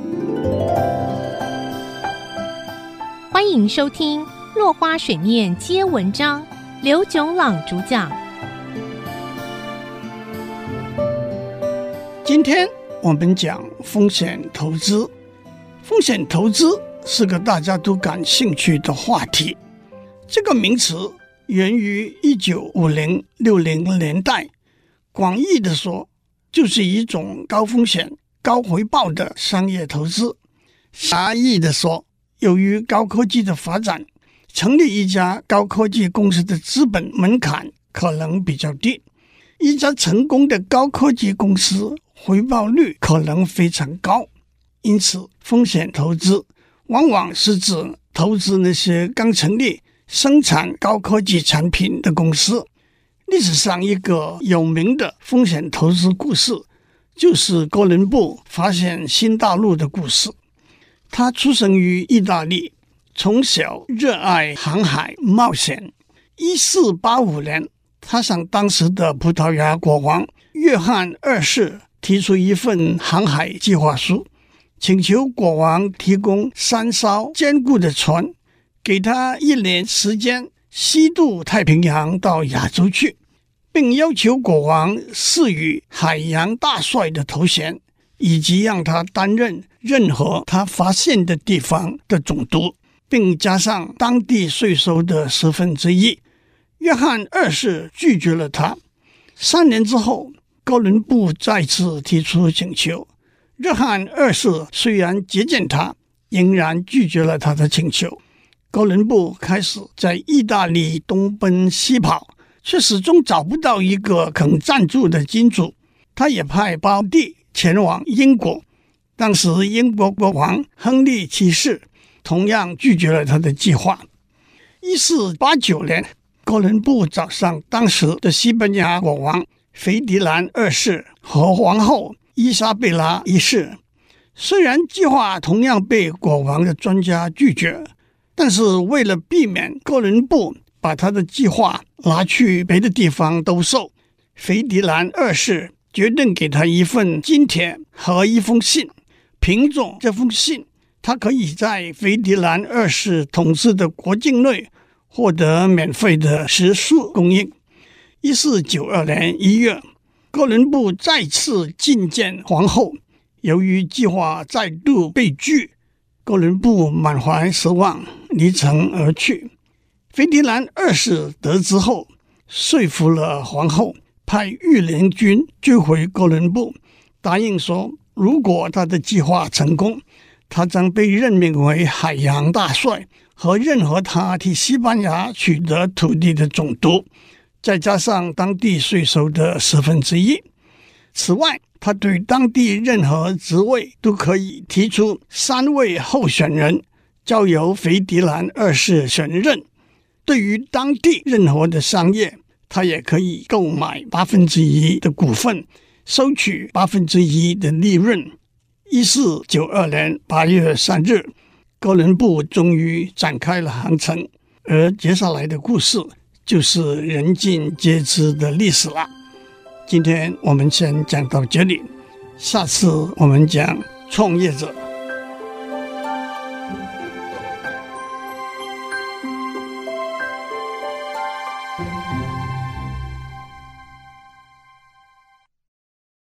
欢迎收听《落花水面皆文章》，刘炯朗主讲。 今天我们讲风险投资。风险投资是个大家都感兴趣的话题。这个名词源于1950、60年代，广义的说，就是一种高风险、高回报的商业投资。狭义的说，由于高科技的发展，成立一家高科技公司的资本门槛可能比较低，一家成功的高科技公司回报率可能非常高。因此，风险投资往往是指投资那些刚成立、生产高科技产品的公司。历史上一个有名的风险投资故事，就是哥伦布发现新大陆的故事。他出生于意大利，从小热爱航海冒险。1485年，他向当时的葡萄牙国王约翰二世提出一份航海计划书，请求国王提供3艘坚固的船，给他1年时间西渡太平洋到亚洲去，并要求国王赐予海洋大帅的头衔，以及让他担任任何他发现的地方的总督，并加上当地税收的1/10。约翰二世拒绝了他。3年之后，哥伦布再次提出请求。约翰二世虽然接见他，仍然拒绝了他的请求。哥伦布开始在意大利东奔西跑，却始终找不到一个肯赞助的金主。他也派胞弟前往英国，当时英国国王亨利七世同样拒绝了他的计划。1489年，哥伦布找上当时的西班牙国王斐迪南二世和皇后伊莎贝拉一世。虽然计划同样被国王的专家拒绝，但是为了避免哥伦布把他的计划拿去别的地方兜售，斐迪南二世决定给他一份金帖和一封信。凭着这封信，他可以在斐迪南二世统治的国境内获得免费的食宿供应。1492年1月，哥伦布再次觐见皇后，由于计划再度被拒，哥伦布满怀失望，离城而去。斐迪南二世得知后，说服了皇后，派御林军追回哥伦布，答应说，如果他的计划成功，他将被任命为海洋大帅和任何他替西班牙取得土地的总督，再加上当地税收的1/10。此外，他对当地任何职位都可以提出3位候选人，交由斐迪南二世选任。对于当地任何的商业，他也可以购买1/8的股份，收取1/8的利润。1492年8月3日，哥伦布终于展开了航程，而接下来的故事就是人尽皆知的历史了。今天我们先讲到这里，下次我们讲创业者